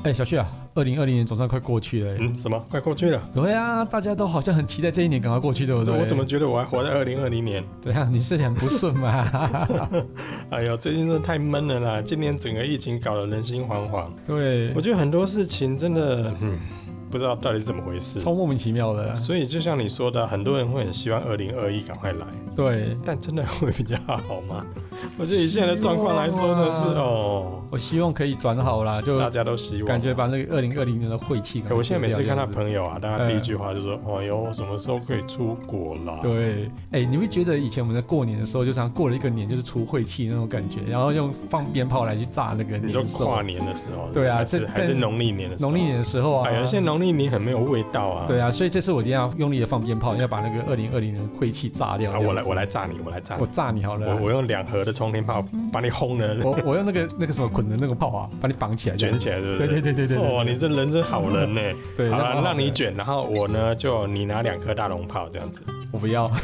小旭啊，2020年总算快过去了。 什么？快过去了？ 对啊，大家都好像很期待这一年赶快过去，对不对？ 我怎么觉得我还活在2020年？ 对啊，你是很不顺嘛？ 哎呦，最近真的太闷了啦！今年整个疫情搞得人心惶惶。 对， 我觉得很多事情真的，不知道到底是怎么回事， 超莫名其妙的。 所以就像你说的，很多人会很希望2021赶快来。 对， 但真的会比较好吗？我觉得以现在的状况来说呢，是我希望可以转好啦，就大家都希望， 感觉把那个2020年的晦气。 我现在每次看到朋友啊，大家第一句话就说：“哎呦，什么时候可以出国啦？” 对，你会觉得以前我们在过年的时候，就常过了一个年就是出晦气那种感觉，然后用放鞭炮来去炸那个年兽。 你说跨年的时候？ 对啊， 还是农历年的时候？ 农历年的时候啊， 哎呀，现在农历年很没有味道啊。 对啊，所以这次我一定要用力的放鞭炮，要把那个2020年的晦气炸掉。 我来炸你， 我炸你好了。 我用2盒的冲天炮把你轰了。 我用那个什么捆的那个炮啊，把你绑起来， 卷起来，对不对？ 对。 哦，你这人真好人呢。 对， 好了，让你卷，然后我呢就你拿2颗大龙炮这样子。 我不要。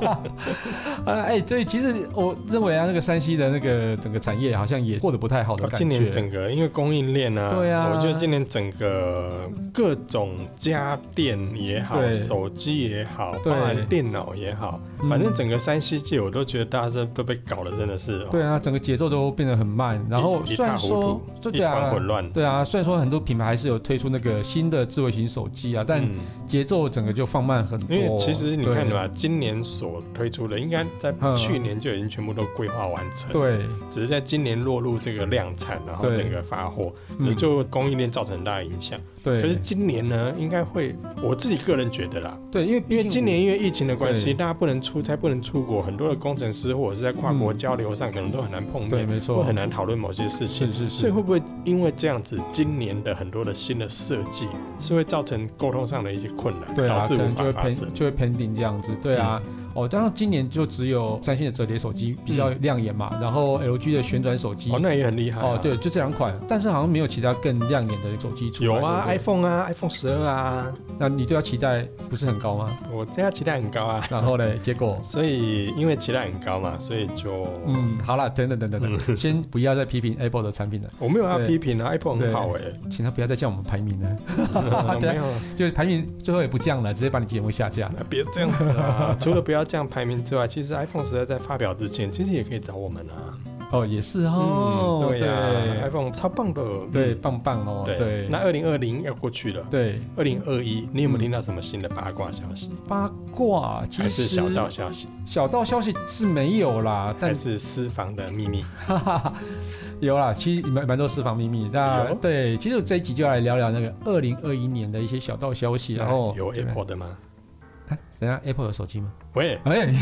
对，其实我认为啊，那个山西的那个整个产业好像也过得不太好的感觉。 今年整个因为供应链啊， 对啊， 我觉得今年整个各种家电也好，手机也好，包含电脑也好，反正整个山西界我都觉得大家都被搞得真的是。 对啊，整个节奏都变得很慢，然后虽然说一团混乱。 对啊，虽然说很多品牌还是有推出那个新的智慧型手机啊，但节奏整个就放慢很多。 因为其实你看嘛，今年所推出的应该在去年就已经全部都规划完成， 对， 只是在今年落入这个量产，然后整个发货，就供应链造成很大的影响。 对， 可是今年呢，应该会，我自己个人觉得啦， 对，因为今年因为疫情的关系，大家不能出差，不能出国，很多的工程师或者是在跨国交流上，可能都很难碰面， 对，没错， 会很难讨论某些事情， 是。 所以会不会因为这样子，今年的很多的新的设计是会造成沟通上的一些困难， 对啊， 导致无法发生， 就会 pending 这样子，对啊。当然今年就只有三星的折叠手机比较亮眼嘛，然后 LG 的旋转手机， 那也很厉害。 对，就这2款，但是好像没有其他更亮眼的手机出来。 有啊 ，iPhone 啊 ，iPhone 12啊。 那你对它期待不是很高吗？ 我对它期待很高啊。 然后嘞，结果？ 所以因为期待很高嘛，所以就好了，等，先不要再批评 Apple 的产品了。 我没有要批评啊 ，Apple 很好请他不要再叫我们排名了。 没有， 就是排名最后也不降了，直接把你节目下架。 别这样子啊！除了不要这样排名之外，其实 iPhone 12在发表之前，其实也可以找我们啊。 也是哦。 对呀，iPhone 超棒的。 对，棒哦。对。 那2020要过去了。 对。 2021，你有没有听到什么新的八卦消息？ 八卦其实还是小道消息？ 小道消息是没有啦，但还是私房的秘密。 有啦，其实蛮多私房秘密。那对，其实这一集就来聊聊那个2021年的一些小道消息。然后有 Apple 的吗？ 等一下 Apple 有手机吗？ 喂。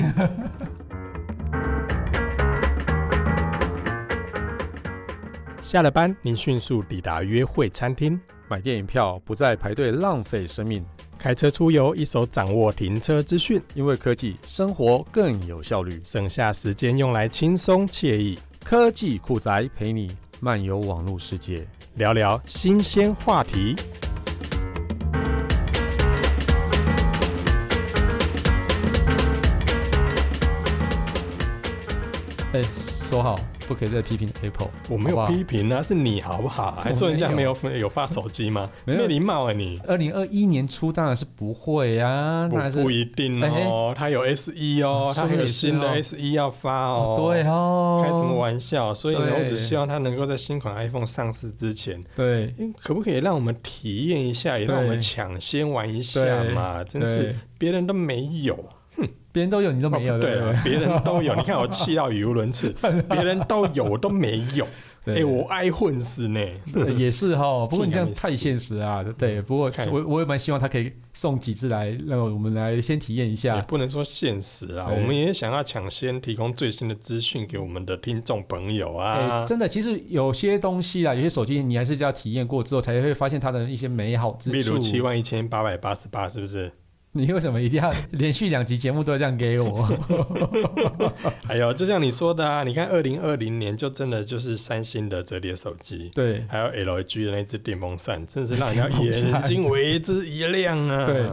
下了班，您迅速抵达约会餐厅， 买电影票不再排队浪费生命， 开车出游一手掌握停车资讯， 因为科技生活更有效率， 省下时间用来轻松惬意。 科技酷宅陪你漫游网络世界， 聊聊新鲜话题。 说好不可以再批评 Apple。 我没有批评啊，是你好不好？还说人家没有发手机吗？没礼貌啊你。 2021年初当然是不会啊， 不一定哦。他有 S1 哦，他还有新的 S1 要发哦。 对哦， 开什么玩笑？所以呢，我只希望他能够在新款 iPhone 上市之前， 对， 可不可以让我们体验一下，也让我们抢先玩一下嘛？真是别人都没有。 别人都有，你都没有。 对了，别人都有，你看我气到语无伦次。别人都有，我都没有。我爱混死呢。 也是哈，不过你这样太现实啊。对，不过我也蛮希望他可以送几支来，让我们来先体验一下。 也不能说现实啦，我们也想要抢先提供最新的资讯给我们的听众朋友啊。 真的，其实有些东西啦，有些手机你还是要体验过之后，才会发现它的一些美好之处。 例如71888，是不是？ 你为什么一定要连续2集节目都这样给我？ 哎呦，就像你说的啊，你看2020年就真的就是三星的折叠手机， 对， 还有 LG 的那只电风扇，真的是让人家眼睛为之一亮啊。 对，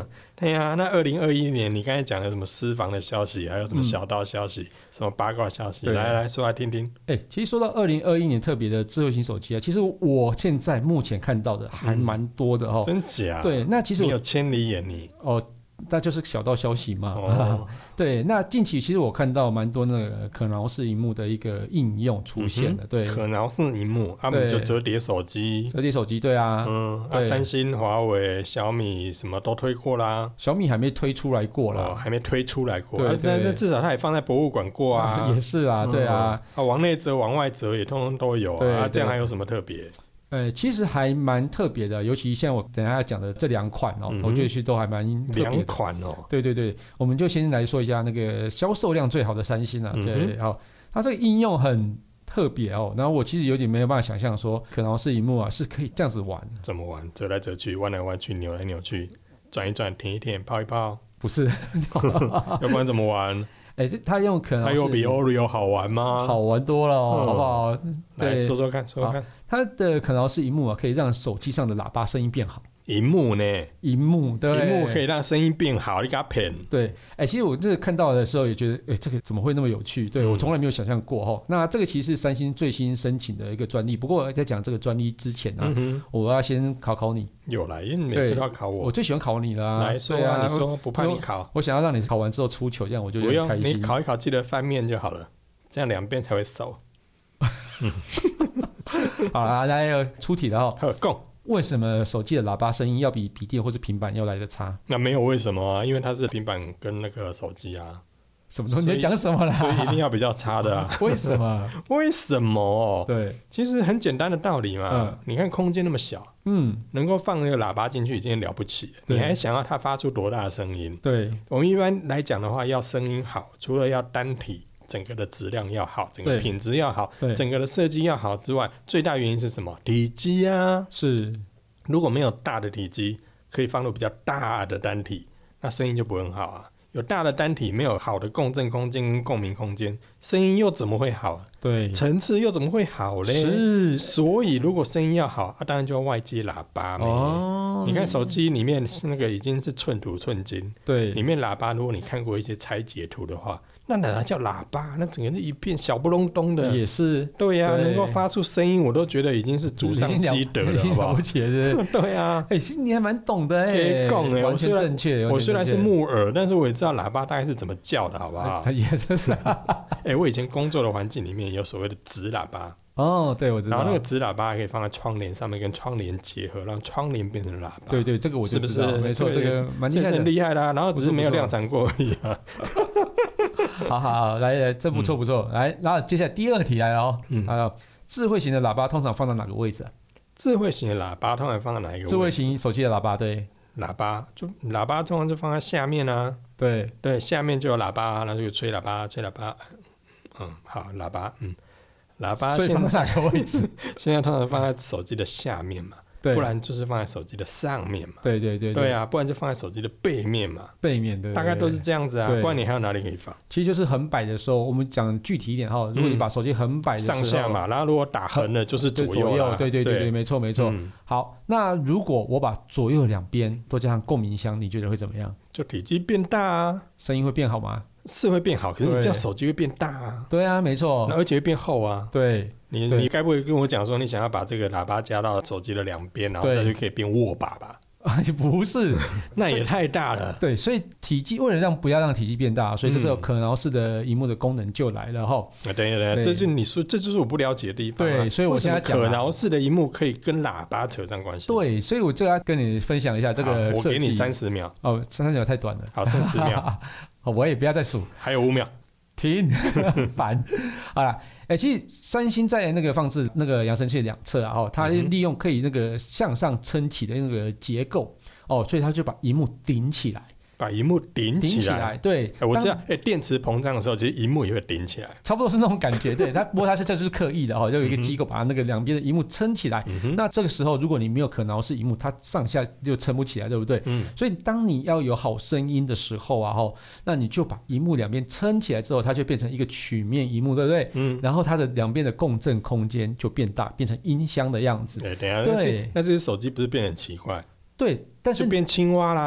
对啊，那2021年你刚才讲的什么私房的消息，还有什么小道消息，什么八卦消息，来说来听听。 其实说到2021年特别的智慧型手机啊，其实我现在目前看到的还蛮多的哦。 真假？ 对，那其实你有千里眼你哦。那就是小道消息嘛。对，那近期其实我看到蛮多那个可挠式萤幕的一个应用出现了。对， 可挠式萤幕，他们就折叠手机。 折叠手机，对啊。 三星、华为、小米什么都推过啦。 小米还没推出来过啦。 还没推出来过。 对， 但是至少它也放在博物馆过啊。 也是啊，对啊。 往内折、往外折也通通都有啊。这样还有什么特别？ 其实还蛮特别的，尤其像我等一下要讲的这2款哦，我觉得其实都还蛮特别的。 2款哦。 对对对，我们就先来说一下那个销售量最好的三星啊。对，好，它这个应用很特别哦，然后我其实有点没有办法想象说可挠式萤幕啊是可以这样子玩。 怎么玩？折来折去，弯来弯去，扭来扭去，转一转，舔一舔，泡一泡？ 不是， 要不然怎么玩？ 它用可挠式， 它有比 Oreo 好玩吗？ 好玩多了哦，好不好？ 来说说看，说说看。 它的可挠式萤幕啊，可以让手机上的喇叭声音变好。 萤幕呢？ 萤幕，对， 萤幕可以让声音变好，你给它骗。 对，其实我这个看到的时候也觉得，这个怎么会那么有趣？对，我从来没有想象过哈。那这个其实是三星最新申请的一个专利。不过在讲这个专利之前啊，我要先考考你。 有来，因为每次都要考我。 我最喜欢考你了啊！ 来说啊，你说不怕你考？ 我想要让你考完之后出糗，这样我就有点开心。 不用，你考一考记得翻面就好了，这样2边才会熟。 好啦，来出题了哦。 好，共。 为什么手机的喇叭声音要比笔电或是平板要来的差？ 那没有为什么啊，因为它是平板跟那个手机啊。 什么东西？你在讲什么啦？ 所以一定要比较差的啊。 为什么？ 为什么哦？ 对， 其实很简单的道理嘛。你看空间那么小，能够放那个喇叭进去已经了不起了，你还想要它发出多大的声音？ 对， 我们一般来讲的话，要声音好，除了要单体整个的质量要好，整个品质要好，整个的设计要好之外，最大原因是什么？体积啊。 是， 如果没有大的体积，可以放入比较大的单体，那声音就不会很好啊。有大的单体，没有好的共振空间跟共鸣空间，声音又怎么会好？ 对，层次又怎么会好嘞？ 是， 所以如果声音要好，当然就要外接喇叭哦。你看手机里面那个已经是寸土寸金， 对， 里面喇叭，如果你看过一些拆解图的话，那哪叫喇叭？那整个是一片小不隆咚的， 也是。 对呀，能够发出声音，我都觉得已经是祖上积德了，好不好？对啊， 其实你还蛮懂的完全正确。 我虽然是木耳，但是我也知道喇叭大概是怎么叫的，好不好？ 也是。 我以前工作的环境里面有所谓的直喇叭。 哦，对，我知道。 然后那个直喇叭还可以放在窗帘上面，跟窗帘结合，让窗帘变成喇叭。 对对，这个我就知道，是不是？没错，这个蛮厉害的， 很厉害啦。然后只是没有量产过而已啊。 好好，来，这不错不错。来，然后接下来第2题来了哦。智慧型的喇叭通常放在哪个位置啊？ 智慧型的喇叭通常放在哪一个位置？ 智慧型手机的喇叭，对。 喇叭通常就放在下面啊。 对对，下面就有喇叭，然后就吹喇叭。好，喇叭，喇叭所以放在哪个位置？ 现在通常放在手机的下面嘛。不然就是放在手机的上面嘛。 对对对对啊，不然就放在手机的背面嘛。 背面对， 大概都是这样子啊。不然你还有哪里可以放？ 其实就是横摆的时候，我们讲具体一点哈。如果你把手机横摆的时候， 上下嘛，然后如果打横了就是左右。 对对对对，没错没错。好，那如果我把左右2边都加上共鸣箱，你觉得会怎么样？ 就体积变大啊， 声音会变好吗？ 是会变好，可是你这样手机会变大啊。 对啊，没错， 而且会变厚啊。 对， 你该不会跟我讲说你想要把这个喇叭加到手机的2边，然后它就可以变握把吧？ 不是， 那也太大了。 对，所以体积为了不要让体积变大，所以这时候可挠式的萤幕的功能就来了哈。 等一下，这就是我不了解的地方。 对，所以我现在讲可挠式的萤幕可以跟喇叭扯上关系。 对，所以我就要跟你分享一下这个设计。 我给你30秒。 哦，30秒太短了。 好，剩10秒。 我也不要再数。 还有5秒。 停，烦。好了，其实三星在那个放置那个扬声器的2侧啊，它利用可以那个向上撑起的那个结构所以它就把萤幕顶起来。把萤幕顶起来， 对， 我知道。电池膨胀的时候，其实萤幕也会顶起来， 差不多是那种感觉。对，不过这就是刻意的就有一个机构把它那个2边的萤幕撑起来。那这个时候，如果你没有可挠式萤幕，它上下就撑不起来，对不对？所以当你要有好声音的时候啊，那你就把萤幕2边撑起来之后，它就变成一个曲面萤幕，对不对？然后它的2边的共振空间就变大，变成音箱的样子。 对，等一下，那这只手机不是变得很奇怪？ 对，但是就变青蛙啦。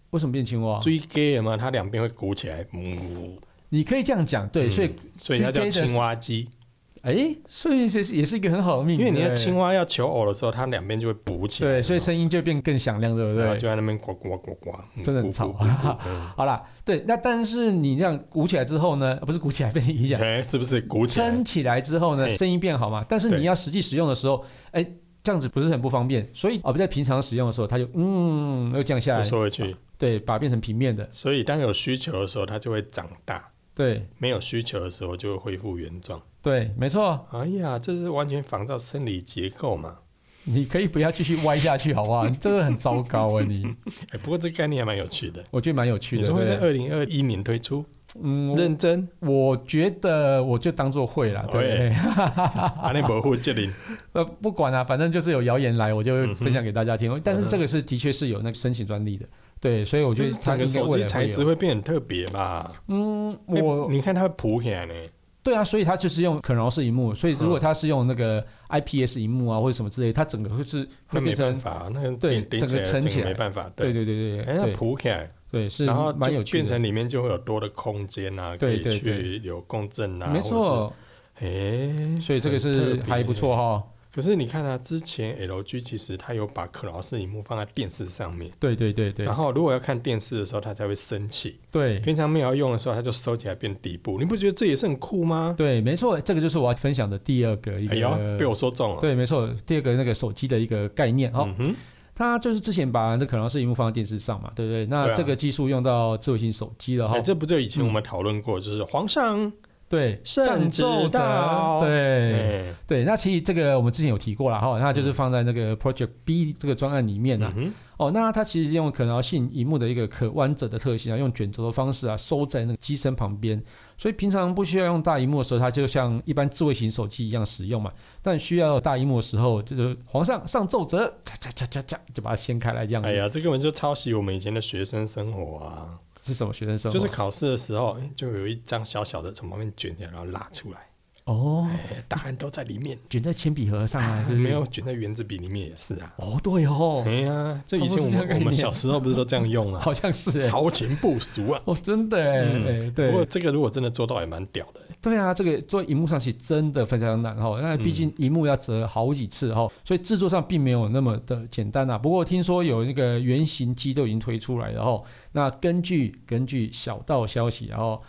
为什么变青蛙？ 追 gay 嘛，它两边会鼓起来， 你可以这样讲，对，所以它叫青蛙机。 所以也是一个很好的命名， 因为你的青蛙要求偶的时候，它两边就会补起来， 对，所以声音就变更响亮，对不对？ 然后就在那边呱呱呱呱， 真的很吵。好啦，对，那但是你这样鼓起来之后呢，不是鼓起来被你讲， 是不是鼓起来？ 撑起来之后呢，声音变好嘛？但是你要实际使用的时候，这样子不是很不方便，所以在平常使用的时候，它就又降下来， 收回去， 对，把它变成平面的。 所以当有需求的时候，它就会长大。 对， 没有需求的时候就会恢复原状。 对，没错。 哎呀，这是完全仿照生理结构嘛。 你可以不要继续歪下去，好不好？你真的很糟糕你。 不过这个概念还蛮有趣的。 我觉得蛮有趣的。 你说会在2021年推出？认真？ 我觉得我就当做会啦。对。 那保护这里。 不管啦，反正就是有谣言来，我就分享给大家听。但是这个是的确是有那个申请专利的。对，所以我觉得它整个手机材质会变很特别吧？你看它会浮起来呢。 对啊，所以它就是用可挠式萤幕，所以如果它是用那个 IPS 萤幕啊或者什么之类，它整个会变成对整个撑起来， 没办法。 对， 它浮起来， 对，是然后蛮有趣的， 变成里面就会有多的空间啊，可以去有共振啊， 没错。所以这个是还不错哈。 可是你看啊，之前 LG 其实它有把可挠式萤幕放在电视上面， 对。 然后如果要看电视的时候，它才会升起。 对， 平常没有要用的时候，它就收起来变底部。你不觉得这也是很酷吗？ 对，没错，这个就是我要分享的第二个一个。 被我说中了。 对，没错，第二个那个手机的一个概念哈。它就是之前把那可挠式萤幕放在电视上嘛，对不对？那这个技术用到智慧型手机了哈。 这不就以前我们讨论过，就是皇上。 对， 圣旨到。 对，那其实这个我们之前有提过了哈，那就是放在那个 Project B 这个专案里面啊。那它其实用可挠性萤幕的一个可弯折的特性啊，用卷轴的方式啊，收在那个机身旁边，所以平常不需要用大萤幕的时候，它就像一般智慧型手机一样使用嘛。但需要大萤幕的时候，就是皇上上奏折，就把它掀开来这样子。 哎呀，这根本就抄袭我们以前的学生生活啊。 是什么学生生活？ 就是考试的时候，就有一张小小的从旁边卷起来，然后拉出来。答案都在里面， 卷在铅笔盒上啊，是没有卷在圆珠笔里面也是啊。 对哦。 哎呀，这以前我们小时候不是都这样用啊？ 好像是超前部署啊。 真的对。 不过这个如果真的做到也蛮屌的。 对啊，这个做萤幕上其实真的非常难哈，那毕竟萤幕要折好几次哈，所以制作上并没有那么的简单啊。不过听说有那个原型机都已经推出来了哈。那根据小道消息，然后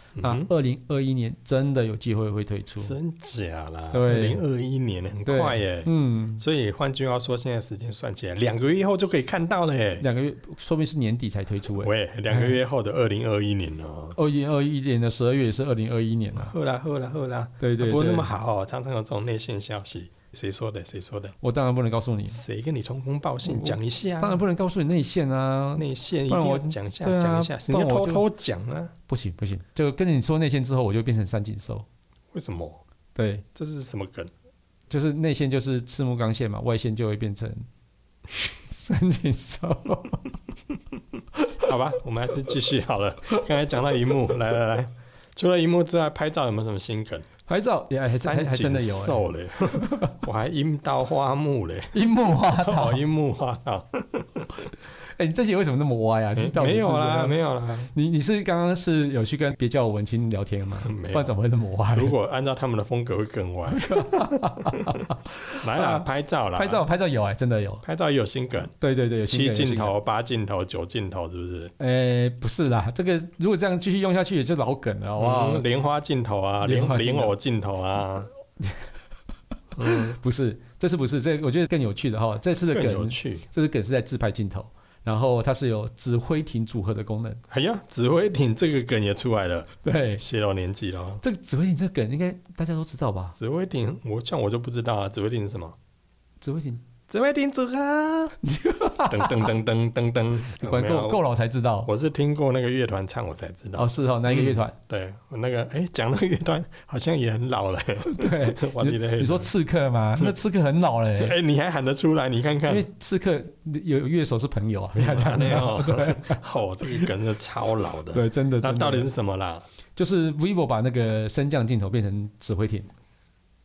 2021年真的有机会会推出。 真假啦？ 对 ，2021年很快耶。所以换句话说，现在时间算起来，2个月后就可以看到了耶。 2个月，说明是年底才推出哎。 喂，2个月后的2021年哦。 2021年的12月也是2021年啊。 好啦。 对。 不过那么好常常有这种内线消息。谁说的？我当然不能告诉你。 谁跟你通风报信？讲一下。 当然不能告诉你内线啊。 内线一定要讲一下，讲一下。你要偷偷讲啊。不行， 就跟你说内线之后，我就变成三井寿。 为什么？ 对， 这是什么梗？ 就是内线就是赤木刚宪嘛，外线就会变成三井寿。 好吧，我们还是继续好了。刚才讲到萤幕，来，除了萤幕之外，拍照有没有什么新梗？ 拍照还真的有嘞，我还樱桃花木嘞， 樱木花道， 樱木花道。 你这些为什么那么歪啊？ 没有啦。 你是刚刚是有去跟别叫我文青聊天吗？ 没有， 不然怎么会那么歪？ 如果按照他们的风格会更歪。来啦，拍照啦， 拍照有真的有， 拍照也有新梗。 对，有 7镜头、8镜头、9镜头，是不是？ 不是啦，这个如果这样继续用下去，也就老梗了，好不好？ 莲花镜头啊，莲藕镜头啊。 不是，这次不是，这我觉得更有趣的哈。这次的梗，这次梗是在自拍镜头。然后它是有指挥艇组合的功能。 哎呀，指挥艇这个梗也出来了。 对， 泄露年纪了。 这个指挥艇这个梗应该大家都知道吧？ 指挥艇，我就不知道啊。指挥艇是什么？ 指挥艇组合。 噔， 果然够老才知道。 我是听过那个乐团唱，我才知道。 是哪一个乐团？ 对，我那个讲那个乐团好像也很老了。 对，你说刺客吗？那刺客很老了。 你还喊得出来？你看看。 因为刺客有乐手是朋友啊。 对，这个梗是超老的。 对，真的。 那到底是什么啦？ 就是 vivo 把那个升降镜头变成指挥艇。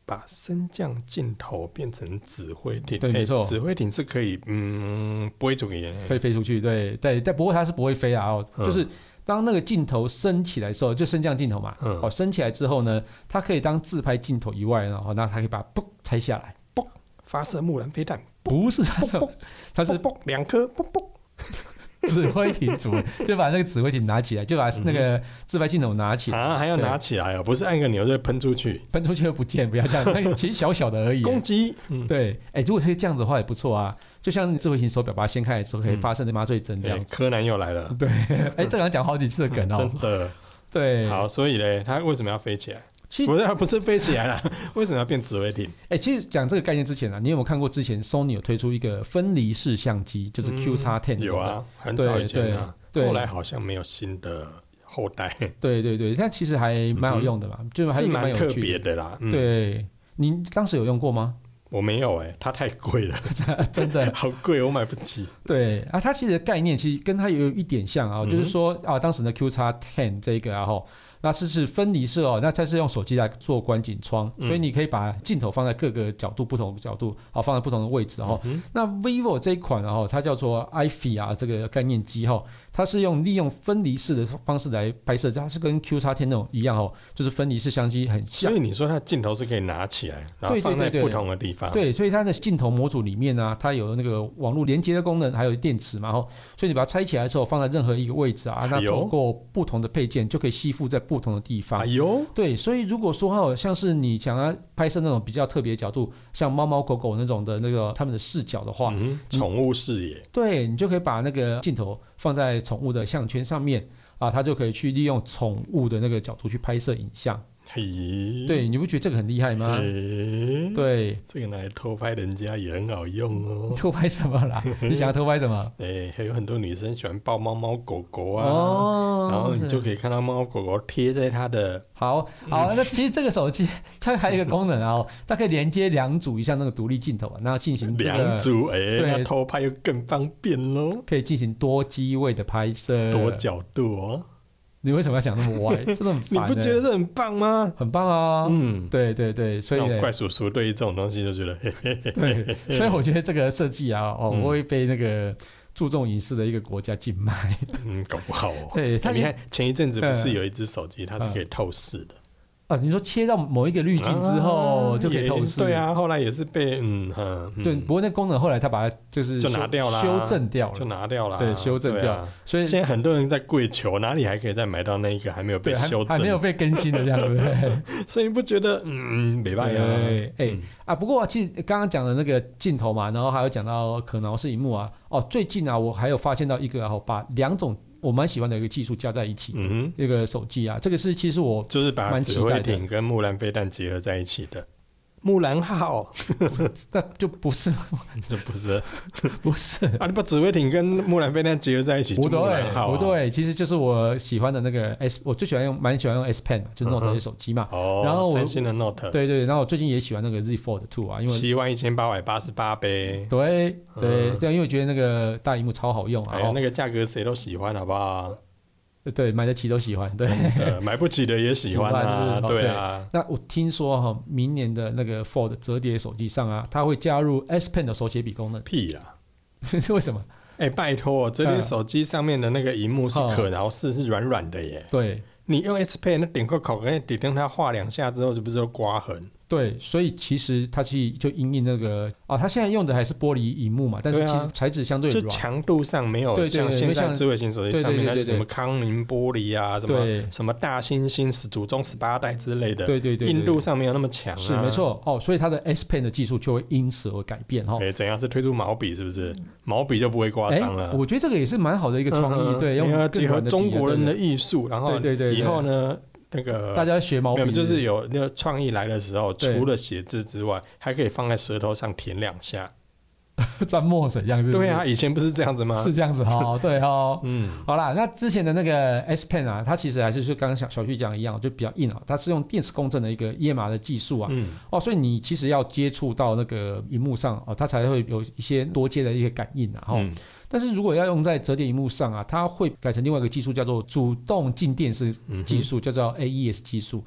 把升降镜头变成指挥艇。 对，没错， 指挥艇是可以不会出去， 可以飞出去。对，但不过它是不会飞啊，就是当那个镜头升起来的时候，就升降镜头嘛，升起来之后呢，它可以当自拍镜头以外呢，那它可以把它拆下来， 发射木兰飞弹。 不是它是 2颗， 指挥艇组就把那个指挥艇拿起来，就把那个自拍镜头拿起来啊，还要拿起来哦，不是按个钮就喷出去， 就不见，不要这样，那个其实小小的而已。 攻击， 对，如果是这样子的话也不错啊，就像智慧型手表把它掀开来之后可以发射那麻醉针这样子。 柯南又来了， 对，这个讲好几次的梗哦， 真的， 对。 好，所以呢，它为什么要飞起来？不是飞起来了，为什么要变指挥艇？ 其实讲这个概念之前啊，你有没有看过之前 Sony 有推出一个分离式相机，就是 QX10？ 有啊，很早以前啊，后来好像没有新的后代。 对，但其实还蛮好用的嘛，就还蛮特别的啦。 对，你当时有用过吗？ 我没有它太贵了， 真的好贵，我买不起。 对啊，它其实概念其实跟它有一点像啊，就是说当时的 QX10 这个那是分离式那它是用手机来做观景窗，所以你可以把镜头放在各个角度，不同的角度放在不同的位置那 vivo 这一款它叫做 iFi 这个概念机它是利用分离式的方式来拍摄，它是跟 QX10 那种一样就是分离式相机很像。 所以你说它镜头是可以拿起来，然后放在不同的地方。 对，所以它的镜头模组里面呢，它有那个网络连接的功能，还有电池嘛所以你把它拆起来之后放在任何一个位置那透过不同的配件就可以吸附在不同的地方。对，所以如果说像是你想要拍摄那种比较特别的角度，像猫猫狗狗那种的那个他们的视角的话， 宠物视野， 对，你就可以把那个镜头放在宠物的项圈上面它就可以去利用宠物的那个角度去拍摄影像。对，你不觉得这个很厉害吗？对， 这个拿来偷拍人家也很好用偷拍什么啦？你想要偷拍什么？ 还有很多女生喜欢抱猫猫狗狗然后你就可以看到猫猫狗狗贴在它的。 好，那其实这个手机它还有一个功能它可以连接2组以上那个独立镜头然后进行 2组那偷拍又更方便咯， 可以进行多机位的拍摄， 多角度你为什么要想那么歪？真的很烦。 你不觉得这很棒吗？ 很棒啊！对，所以怪叔叔对于这种东西就觉得对，所以我觉得这个设计我会被那个注重隐私的一个国家禁卖。 搞不好对， 你看前一阵子不是有一只手机，它是可以透视的。 你说切到某一个滤镜之后就可以透视？ 对啊，后来也是被对，不过那功能后来他把它就拿掉了， 修正掉了， 就拿掉了， 对，修正掉。所以现在很多人在跪求，哪里还可以再买到那一个还没有被修正、 还没有被更新的这样，对不对？ 所以你不觉得没办法不过其实刚刚讲的那个镜头嘛，然后还有讲到可挠式萤幕最近我还有发现到一个把2种我蛮喜欢的一个技术加在一起一个手机这个是其实我就是把指挥艇跟木兰飞弹结合在一起的木兰号那就不是就不是不是你把指挥艇跟木兰飞弹结合在一起就木兰号不对，其实就是我喜欢的那个我最喜欢用蛮喜欢用 S Pen 就是 Note 的手机嘛然后三星的 Note 对，然后我最近也喜欢那个 Z Fold 2因为71888呗对，因为我觉得那个大萤幕超好用那个价格谁都喜欢好不好？ 对，买得起都喜欢，对， 买不起的也喜欢对啊。 那我听说明年的那个 Fold 折叠手机上它会加入 S Pen 的手写笔功能。 屁啦！ 为什么？ 拜托，折叠手机上面的那个萤幕是可挠式，是软软的耶。 对， 你用 S Pen 那点个口，点它画2下之后，就不是有刮痕？ 对，所以其实它其实就因应那个它现在用的还是玻璃萤幕嘛，但是其实材质相对软， 就强度上没有像现在智慧型手机上面那是什么康宁玻璃什么大猩猩祖宗18代之类的， 对， 硬度上没有那么强是没错所以它的 S Pen 的技术就会因此而改变怎样是推出毛笔是不是？毛笔就不会刮伤了？ 我觉得这个也是蛮好的一个创意，对， 要结合中国人的艺术，然后以后呢？那个大家学毛笔就是有那个创意来的时候，除了写字之外，还可以放在舌头上舔2下， 沾墨水这样子。 对以前不是这样子吗？ 是这样子对好啦，那之前的那个 S Pen 它其实还是刚刚小旭讲一样，就比较硬它是用电磁共振的一个 EMR 的技术所以你其实要接触到那个萤幕上它才会有一些多阶的一些感应但是如果要用在折叠萤幕上它会改成另外一个技术，叫做主动静电式技术，叫做 AES 技术。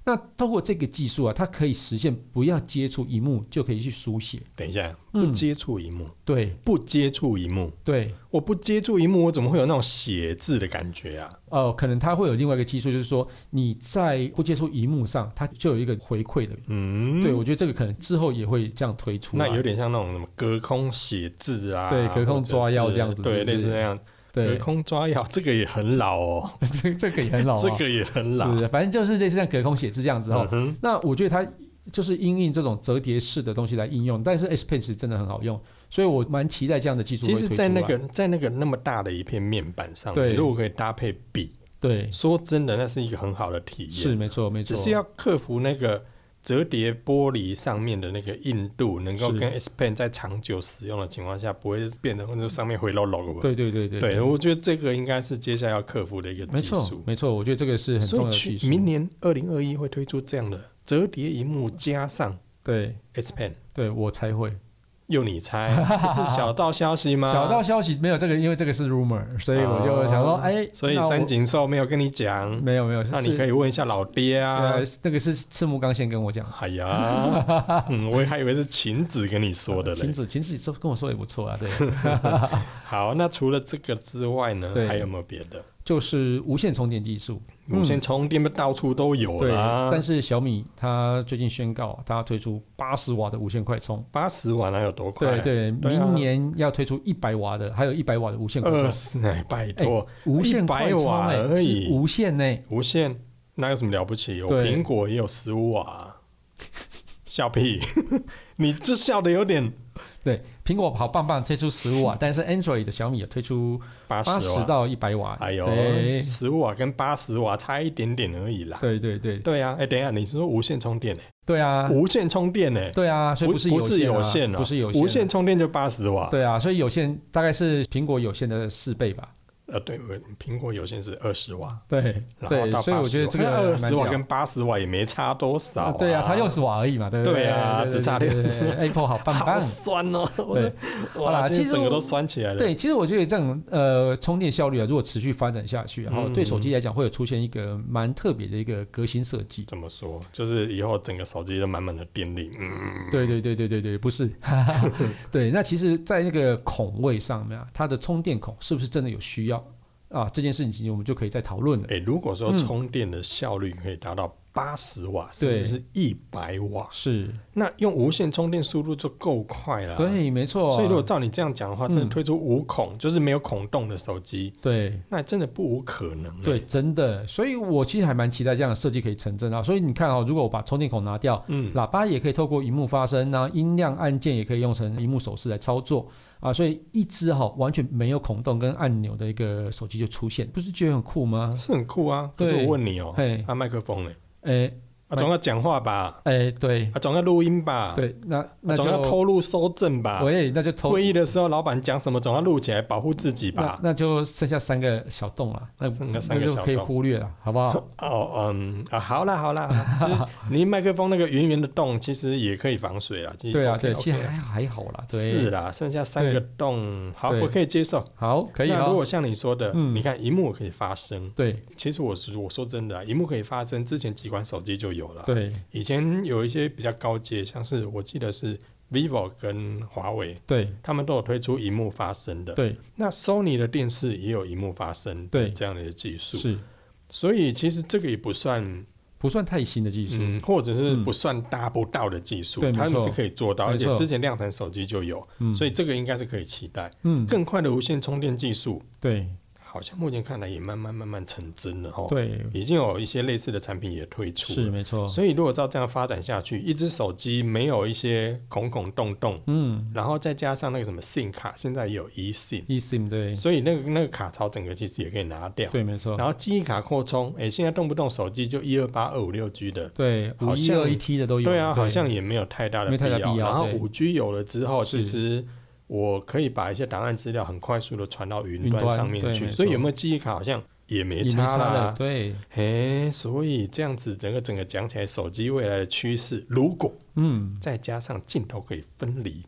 那透过这个技术啊，它可以实现不要接触萤幕就可以去书写。 等一下，不接触萤幕， 对， 不接触萤幕， 对， 我不接触萤幕，我怎么会有那种写字的感觉啊？ 可能它会有另外一个技术，就是说你在不接触萤幕上，它就有一个回馈的。对，我觉得这个可能之后也会这样推出来。 那有点像那种什么隔空写字啊， 对，隔空抓药这样子， 对，类似那样。隔空抓药，这个也很老哦， 这个也很老， 这个也很老， 是，反正就是类似像隔空写字这样子哦。那我觉得它就是因应这种折叠式的东西来应用，但是 S Pen 是真的很好用，所以我蛮期待这样的技术会推出来。 其实在那个那么大的一片面板上面，如果可以搭配笔， 对， 说真的，那是一个很好的体验。 是没错没错， 只是要克服那个折叠玻璃上面的那个硬度，能够跟 S Pen 在长久使用的情况下，不会变得上面回漏漏。对，我觉得这个应该是接下来要克服的一个技术。 没错，我觉得这个是很重要的技术。 明年2021会推出这样的折叠萤幕加上 S Pen， 对，我才会。 又你猜是小道消息吗？ 小道消息没有这个，因为这个是 rumor， 所以我就想说， 所以三井寿没有跟你讲， 没有， 那你可以问一下老爹啊。 那个是赤木刚先跟我讲。 哎呀，我还以为是晴子跟你说的嘞。 晴子跟我说也不错啊，对。 好，那除了这个之外呢，还有没有别的？ 就是无线充电技术， 无线充电到处都有啦。 但是小米它最近宣告，它要推出80瓦的无线快充。 80瓦那有多快？ 对，明年要推出100瓦的，还有100瓦的无线快充。 拜托， 无线快充瓦而已， 无线呢？ 无线那有什么了不起？有苹果也有15瓦，笑屁！你这笑的有点。 对，苹果好棒棒推出15瓦，但是 Android 的小米也推出80到100瓦。 哎呦，15瓦跟80瓦差一点点而已啦。对啊，等一下，你是说无线充电对啊， 无线充电对啊，所以不是有线不是有线，无线充电就80瓦。 对啊，所以有线大概是苹果有线的4倍吧。 对，苹果有线是20瓦， 对，所以我觉得这个 20瓦跟80瓦也没差多少。 对啊，差60瓦而已嘛，对不对？ 对啊，只差60瓦。 Apple 好棒棒， 好酸哦。 对，好啦，其实整个都酸起来了。 对，其实我觉得这种充电效率啊，如果持续发展下去，然后对手机来讲会有出现一个蛮特别的一个革新设计。 怎么说？就是以后整个手机都满满的电力。 对，不是。对，那其实，在那个孔位上面，它的充电孔是不是真的有需要？这件事情我们就可以再讨论了。 如果说充电的效率可以达到80瓦，甚至是100瓦， 是， 那用无线充电速度就够快了。 对，没错。 所以如果照你这样讲的话，真的推出无孔，就是没有孔洞的手机， 对， 那真的不无可能。 对，真的。所以我其实还蛮期待这样的设计可以成真啊。所以你看如果我把充电孔拿掉，喇叭也可以透过萤幕发声，然后音量按键也可以用成萤幕手势来操作。所以一只完全没有孔洞跟按钮的一个手机就出现，不是觉得很酷吗？ 是很酷啊。可是我问你它麦克风呢？总要讲话吧？ 对。 总要录音吧？ 对，那总要偷录搜证吧？ 那就会议的时候，老板讲什么总要录起来保护自己吧？ 那就剩下3个小洞了，那就可以忽略了，好不好？ 好啦，就是你麦克风那个圆圆的洞，其实也可以防水啦。 对啊，对，其实还好啦。对， 是啦，剩下3个洞，好，我可以接受。 好，可以。 那如果像你说的，你看萤幕可以发声， 对， 其实我说真的，萤幕可以发声，之前几款手机就有了。 对， 以前有一些比较高阶，像是我记得是 vivo 跟华为， 对， 他们都有推出萤幕发声的。 对， 那 Sony 的电视也有萤幕发声的这样的技术。 是， 所以其实这个也不算太新的技术， 或者是不算达不到的技术，他们是可以做到，而且之前量产手机就有，所以这个应该是可以期待。更快的无线充电技术， 对。 好像目前看来也慢慢成真了对， 已经有一些类似的产品也推出了， 是没错。 所以如果照这样发展下去，一只手机没有一些孔洞，然后再加上那个什么 SIM 卡，现在也有 eSIM， 对， 所以那个卡槽整个其实也可以拿掉， 对，没错。 然后记忆卡扩充，现在动不动手机就128、256G 的， 对，512、1T 的都有， 对啊，好像也没有太大的必要。然后5G 有了之后，其实我可以把一些档案资料很快速的传到云端上面去，所以有没有记忆卡好像也没差啦， 对， 所以这样子整个讲起来，手机未来的趋势，如果再加上镜头可以分离，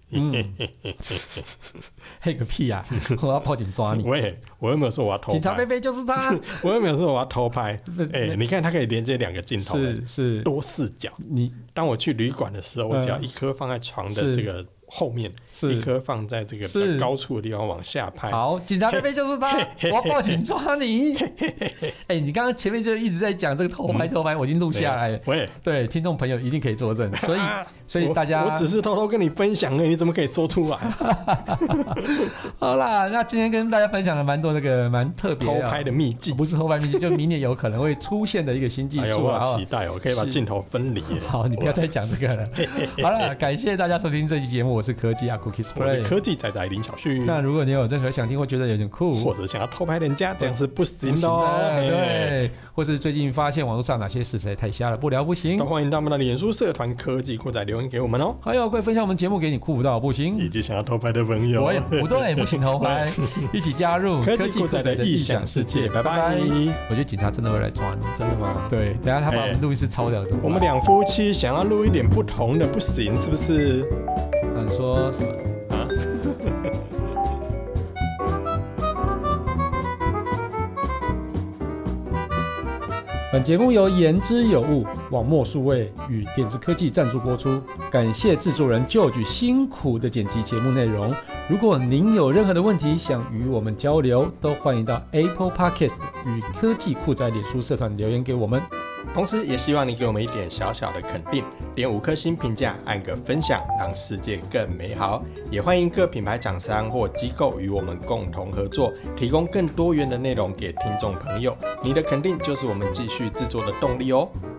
嘿个屁啊！我要报警抓你！ 我又没有说我要偷拍， 警察贝贝就是他。 我又没有说我要偷拍。你看它可以连接2个镜头， 是多视角。当我去旅馆的时候，我只要一颗放在床的这个后面，一颗放在这个比较高处的地方往下拍。 好，警察贝贝就是他，我要报警抓你。你刚刚前面就一直在讲这个偷拍，我已经录下来了。对，听众朋友一定可以作证。所以大家， 我只是偷偷跟你分享了，你怎么可以说出来？ 好啦，那今天跟大家分享了蛮多这个蛮特别偷拍的秘籍， 不是偷拍秘籍，就明年有可能会出现的一个新技术。 我好期待，我可以把镜头分离。 好，你不要再讲这个了。好了，感谢大家收听这期节目，我是科技阿 Cookies Play， 我是科技仔仔林小旭。 那如果你有任何想听或觉得有点酷， 或者想要偷拍人家，这样是不行的哦。 对，或是最近发现网络上哪些事实在太瞎了，不聊不行， 都欢迎到我们的脸书社团科技酷仔留言给我们哦。 还有可以分享我们节目给你酷到不行， 以及想要偷拍的朋友， 我也不对，不行偷拍，一起加入科技酷仔的异想世界。拜拜。 我觉得警察真的会来抓你， 真的吗？ 对，等下他把我们录音室抄掉， 我们2夫妻想要录一点不同的，不行是不是？ 你说什么？本节目由言之有物、网墨数位与点子科技赞助播出，感谢制作人 George 辛苦的剪辑节目内容。如果您有任何的问题想与我们交流，都欢迎到 Apple Podcast 与科技酷仔脸书社团留言给我们。 同时也希望你给我们一点小小的肯定，点5颗星评价，按个分享，让世界更美好。也欢迎各品牌厂商或机构与我们共同合作，提供更多元的内容给听众朋友。你的肯定就是我们继续制作的动力哦。